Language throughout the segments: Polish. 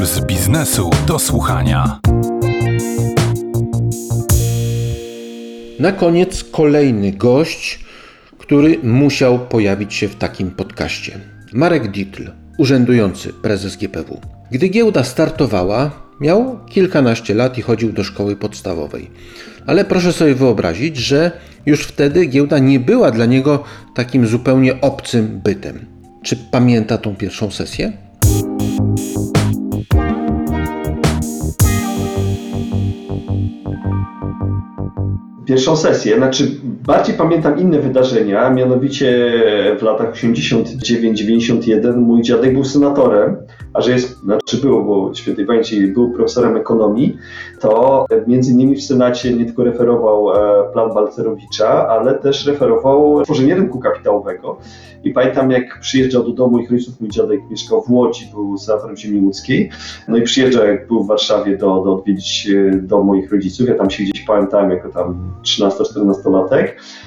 z biznesu do słuchania. Na koniec kolejny gość, który musiał pojawić się w takim podcaście. Marek Dietl, urzędujący prezes GPW. Gdy giełda startowała, miał kilkanaście lat i chodził do szkoły podstawowej. Ale proszę sobie wyobrazić, że już wtedy giełda nie była dla niego takim zupełnie obcym bytem. Czy pamięta tą pierwszą sesję? Pierwszą sesję, bardziej pamiętam inne wydarzenia, mianowicie w latach 89-91 mój dziadek był senatorem, a że bo świętej pamięci był profesorem ekonomii, to między innymi w Senacie nie tylko referował plan Balcerowicza, ale też referował tworzenie rynku kapitałowego. I pamiętam, jak przyjeżdżał do domu moich rodziców, mój dziadek mieszkał w Łodzi, był senatorem ziemi łódzkiej, no i przyjeżdżał, jak był w Warszawie, do odwiedzić dom moich rodziców. Ja tam się gdzieś pamiętałem jako tam 13-14-latek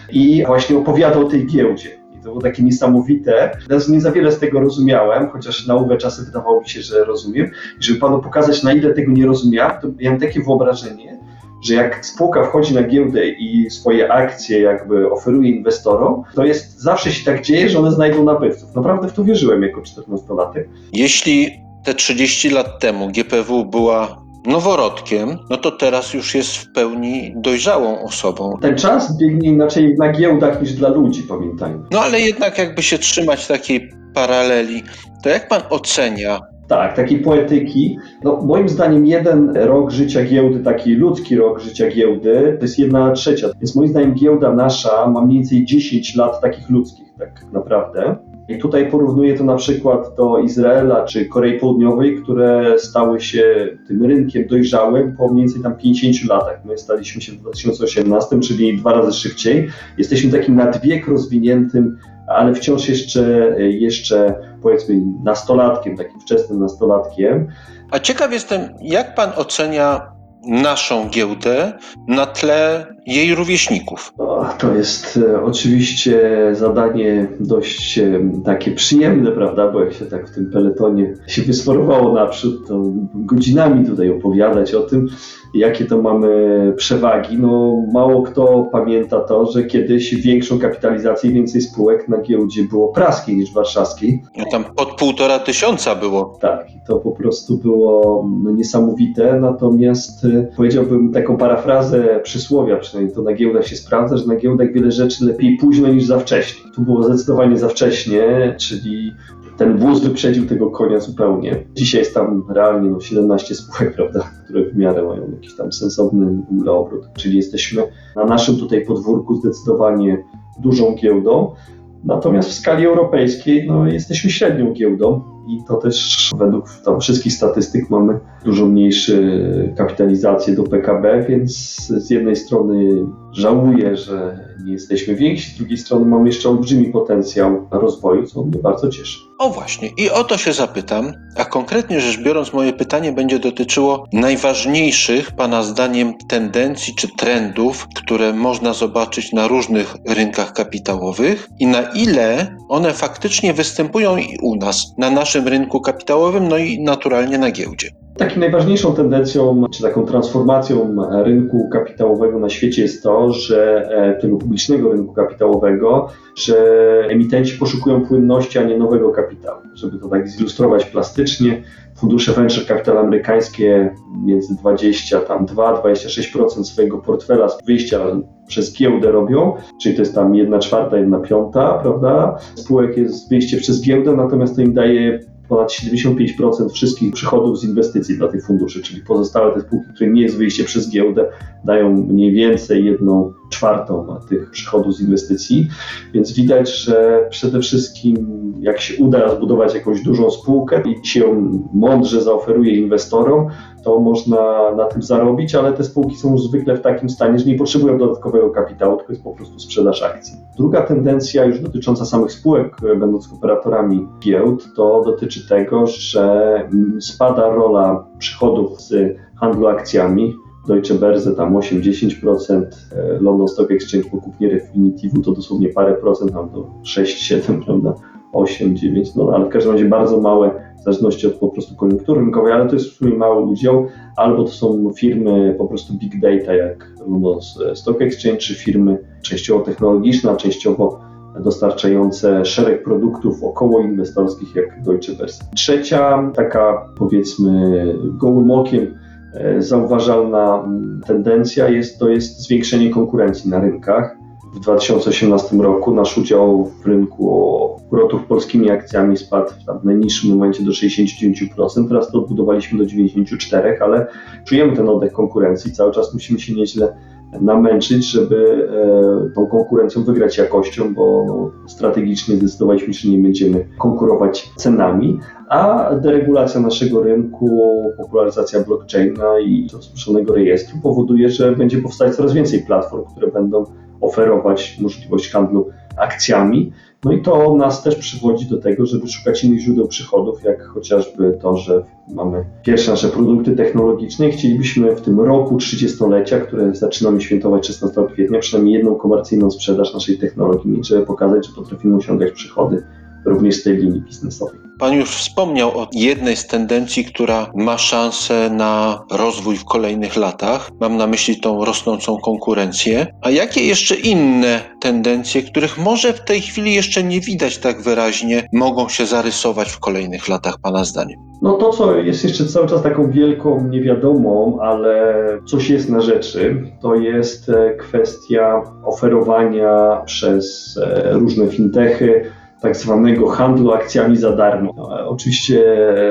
i właśnie opowiadał o tej giełdzie. I to było takie niesamowite. Teraz nie za wiele z tego rozumiałem, chociaż na ówę czasem wydawało mi się, że rozumiem. I żeby panu pokazać, na ile tego nie rozumiałem, to miałem takie wyobrażenie, że jak spółka wchodzi na giełdę i swoje akcje jakby oferuje inwestorom, to zawsze się tak dzieje, że one znajdą nabywców. Naprawdę w to wierzyłem jako 14-latek. Jeśli te 30 lat temu GPW była noworodkiem, no to teraz już jest w pełni dojrzałą osobą. Ten czas biegnie inaczej na giełdach niż dla ludzi, pamiętajmy. No ale jednak jakby się trzymać takiej paraleli, to jak pan ocenia? Tak, takiej poetyki. No, moim zdaniem jeden rok życia giełdy, taki ludzki rok życia giełdy, to jest 1/3. Więc moim zdaniem giełda nasza ma mniej więcej 10 lat takich ludzkich, tak naprawdę. I tutaj porównuję to na przykład do Izraela czy Korei Południowej, które stały się tym rynkiem dojrzałym po mniej więcej tam 50 latach. My staliśmy się w 2018, czyli 2 razy szybciej. Jesteśmy takim nadwiek rozwiniętym, ale wciąż jeszcze powiedzmy nastolatkiem, takim wczesnym nastolatkiem. A ciekaw jestem, jak pan ocenia naszą giełdę na tle jej rówieśników? To jest oczywiście zadanie dość takie przyjemne, prawda, bo jak się tak w tym peletonie się wysforowało naprzód, to godzinami tutaj opowiadać o tym, jakie to mamy przewagi. No mało kto pamięta to, że kiedyś większą kapitalizację i więcej spółek na giełdzie było praskiej niż warszawskiej. No tam pod 1500 było. Tak, i to po prostu było niesamowite, natomiast powiedziałbym taką parafrazę przysłowia, przynajmniej to na giełdach się sprawdza, że na giełdach wiele rzeczy lepiej późno niż za wcześnie. Tu było zdecydowanie za wcześnie, czyli ten wóz wyprzedził tego konia zupełnie. Dzisiaj jest tam realnie 17 spółek, prawda, które w miarę mają jakiś tam sensowny obrót. Czyli jesteśmy na naszym tutaj podwórku zdecydowanie dużą giełdą. Natomiast w skali europejskiej jesteśmy średnią giełdą i to też według tam wszystkich statystyk mamy dużo mniejszą kapitalizację do PKB, więc z jednej strony żałuję, że nie jesteśmy więksi, z drugiej strony mamy jeszcze olbrzymi potencjał rozwoju, co mnie bardzo cieszy. O właśnie, i o to się zapytam, a konkretnie rzecz biorąc moje pytanie będzie dotyczyło najważniejszych pana zdaniem tendencji czy trendów, które można zobaczyć na różnych rynkach kapitałowych i na ile one faktycznie występują i u nas, na naszym rynku kapitałowym, no i naturalnie na giełdzie. Taką najważniejszą tendencją, czy taką transformacją rynku kapitałowego na świecie jest to, że tego publicznego rynku kapitałowego, że emitenci poszukują płynności, a nie nowego kapitału. Żeby to tak zilustrować plastycznie, fundusze venture capital amerykańskie między 22-26% swojego portfela z wyjścia przez giełdę robią, czyli to jest tam 1/4, 1/5, prawda? Spółek jest wyjście przez giełdę, natomiast to im daje ponad 75% wszystkich przychodów z inwestycji dla tych funduszy, czyli pozostałe te spółki, które nie jest wyjście przez giełdę, dają mniej więcej 1/4 tych przychodów z inwestycji, więc widać, że przede wszystkim jak się uda zbudować jakąś dużą spółkę i się ją mądrze zaoferuje inwestorom, to można na tym zarobić, ale te spółki są zwykle w takim stanie, że nie potrzebują dodatkowego kapitału, tylko jest po prostu sprzedaż akcji. Druga tendencja już dotycząca samych spółek, będąc operatorami giełd, to dotyczy tego, że spada rola przychodów z handlu akcjami. Deutsche Börse tam 8-10%, London Stock Exchange po kupnie Refinitiv'u to dosłownie parę procent, tam do 6-7, prawda? 8-9, ale w każdym razie bardzo małe w zależności od po prostu koniunktury rynkowej, ale to jest w sumie mały udział, albo to są firmy po prostu big data, jak London Stock Exchange, czy firmy częściowo technologiczne, a częściowo dostarczające szereg produktów okołoinwestorskich, jak Deutsche Börse. Trzecia, taka powiedzmy gołym okiem zauważalna tendencja to jest zwiększenie konkurencji na rynkach. W 2018 roku nasz udział w rynku obrotów polskimi akcjami spadł w najniższym momencie do 69%, teraz to odbudowaliśmy do 94%, ale czujemy ten oddech konkurencji, cały czas musimy się nieźle namęczyć, żeby tą konkurencją wygrać jakością, bo strategicznie zdecydowaliśmy, że nie będziemy konkurować cenami, a deregulacja naszego rynku, popularyzacja blockchaina i rozproszonego rejestru powoduje, że będzie powstać coraz więcej platform, które będą oferować możliwość handlu akcjami. No i to nas też przywodzi do tego, żeby szukać innych źródeł przychodów, jak chociażby to, że mamy pierwsze nasze produkty technologiczne i chcielibyśmy w tym roku 30-lecia, które zaczynamy świętować 16 kwietnia, przynajmniej jedną komercyjną sprzedaż naszej technologii mieć, żeby pokazać, że potrafimy osiągać przychody również z tej linii biznesowej. Pan już wspomniał o jednej z tendencji, która ma szansę na rozwój w kolejnych latach. Mam na myśli tą rosnącą konkurencję. A jakie jeszcze inne tendencje, których może w tej chwili jeszcze nie widać tak wyraźnie, mogą się zarysować w kolejnych latach, Pana zdaniem? No to, co jest jeszcze cały czas taką wielką niewiadomą, ale coś jest na rzeczy, to jest kwestia oferowania przez różne fintechy tak zwanego handlu akcjami za darmo. Oczywiście,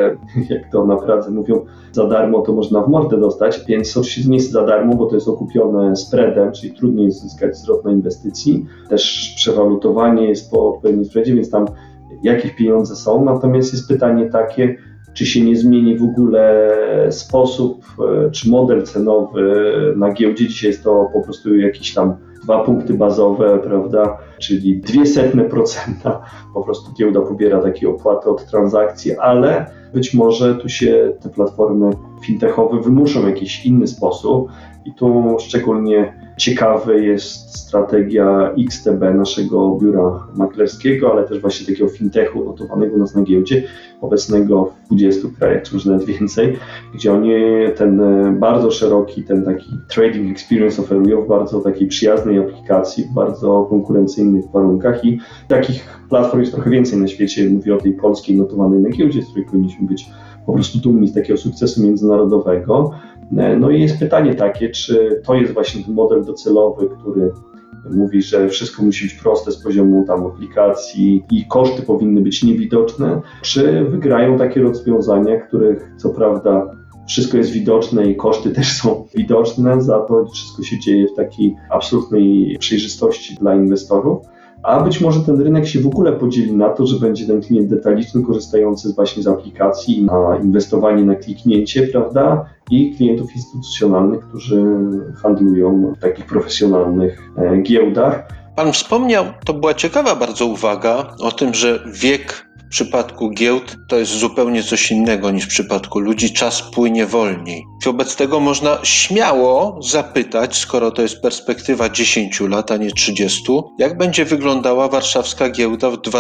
jak to naprawdę mówią, za darmo to można w mordę dostać, więc oczywiście to nie jest za darmo, bo to jest okupione spreadem, czyli trudniej jest zyskać zwrot na inwestycji. Też przewalutowanie jest po odpowiednim spreadzie, więc tam jakieś pieniądze są. Natomiast jest pytanie takie, czy się nie zmieni w ogóle sposób, czy model cenowy na giełdzie. Dzisiaj jest to po prostu jakiś tam 2 punkty bazowe, prawda, czyli 0,02% po prostu giełda pobiera takie opłaty od transakcji, ale być może tu się te platformy fintechowe wymuszą w jakiś inny sposób i tu szczególnie ciekawy jest strategia XTB, naszego biura maklerskiego, ale też właśnie takiego fintechu notowanego u nas na giełdzie, obecnego w 20 krajach, czy może nawet więcej, gdzie oni ten bardzo szeroki, ten taki trading experience oferują w bardzo takiej przyjaznej aplikacji, w bardzo konkurencyjnych warunkach i takich platform jest trochę więcej na świecie. Mówię o tej polskiej notowanej na giełdzie, z której powinniśmy być po prostu dumni z takiego sukcesu międzynarodowego. No i jest pytanie takie, czy to jest właśnie ten model docelowy, który mówi, że wszystko musi być proste z poziomu tam aplikacji i koszty powinny być niewidoczne, czy wygrają takie rozwiązania, których co prawda wszystko jest widoczne i koszty też są widoczne, za to wszystko się dzieje w takiej absolutnej przejrzystości dla inwestorów. A być może ten rynek się w ogóle podzieli na to, że będzie ten klient detaliczny korzystający właśnie z aplikacji na inwestowanie na kliknięcie, prawda? I klientów instytucjonalnych, którzy handlują w takich profesjonalnych giełdach. Pan wspomniał, to była ciekawa bardzo uwaga o tym, że wiek w przypadku giełd to jest zupełnie coś innego niż w przypadku ludzi, czas płynie wolniej. Wobec tego można śmiało zapytać, skoro to jest perspektywa 10 lat, a nie 30, jak będzie wyglądała warszawska giełda w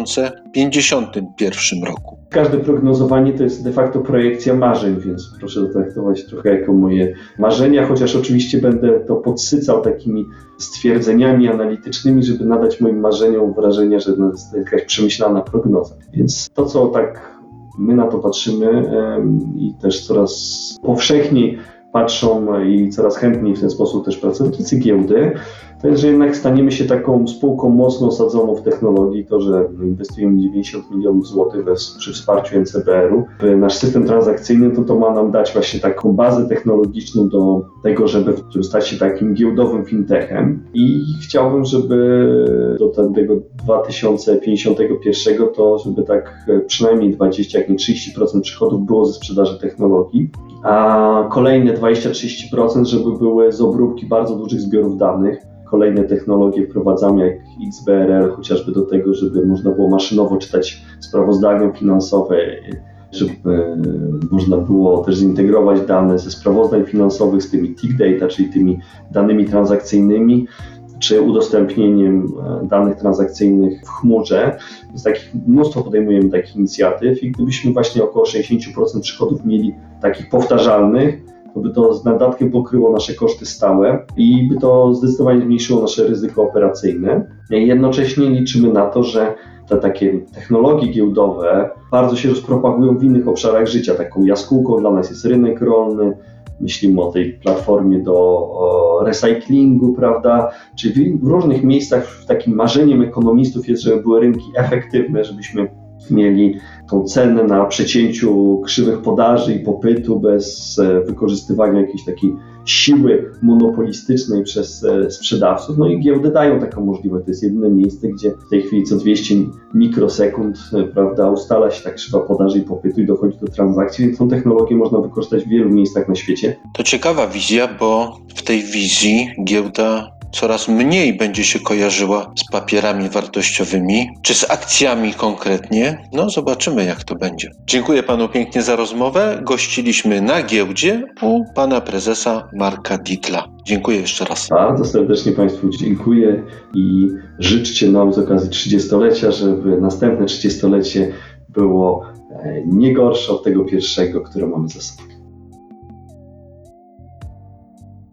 2051 roku. Każde prognozowanie to jest de facto projekcja marzeń, więc proszę to traktować trochę jako moje marzenia, chociaż oczywiście będę to podsycał takimi stwierdzeniami analitycznymi, żeby nadać moim marzeniom wrażenie, że to jest jakaś przemyślana prognoza. Więc to, co tak my na to patrzymy i też coraz powszechniej patrzą i coraz chętniej w ten sposób też pracownicy giełdy, to jest, że jednak staniemy się taką spółką mocno osadzoną w technologii, to, że inwestujemy 90 milionów złotych przy wsparciu NCBR-u w nasz system transakcyjny, to ma nam dać właśnie taką bazę technologiczną do tego, żeby stać się takim giełdowym fintechem i chciałbym, żeby do tego 2051 to, żeby tak przynajmniej 20, jak nie 30% przychodów było ze sprzedaży technologii, a kolejne 20-30%, żeby były z obróbki bardzo dużych zbiorów danych. Kolejne technologie wprowadzamy, jak XBRL, chociażby do tego, żeby można było maszynowo czytać sprawozdania finansowe, żeby można było też zintegrować dane ze sprawozdań finansowych z tymi tick data, czyli tymi danymi transakcyjnymi. czy udostępnieniem danych transakcyjnych w chmurze. Więc mnóstwo podejmujemy takich inicjatyw i gdybyśmy właśnie około 60% przychodów mieli takich powtarzalnych, to by to z naddatkiem pokryło nasze koszty stałe i by to zdecydowanie zmniejszyło nasze ryzyko operacyjne. Jednocześnie liczymy na to, że te takie technologie giełdowe bardzo się rozpropagują w innych obszarach życia. Taką jaskółką dla nas jest rynek rolny, myślimy o tej platformie do recyklingu, prawda? Czyli w różnych miejscach takim marzeniem ekonomistów jest, żeby były rynki efektywne, żebyśmy mieli tą cenę na przecięciu krzywych podaży i popytu bez wykorzystywania jakiejś takiej siły monopolistycznej przez sprzedawców. No i giełdy dają taką możliwość. To jest jedyne miejsce, gdzie w tej chwili co 200 mikrosekund, prawda, ustala się ta krzywa podaży i popytu i dochodzi do transakcji, więc tą technologię można wykorzystać w wielu miejscach na świecie. To ciekawa wizja, bo w tej wizji giełda coraz mniej będzie się kojarzyła z papierami wartościowymi, czy z akcjami konkretnie. No zobaczymy, jak to będzie. Dziękuję panu pięknie za rozmowę. Gościliśmy na giełdzie u pana prezesa Marka Dietla. Dziękuję jeszcze raz. Bardzo serdecznie państwu dziękuję i życzcie nam z okazji 30-lecia, żeby następne 30-lecie było nie gorsze od tego pierwszego, które mamy za sobą.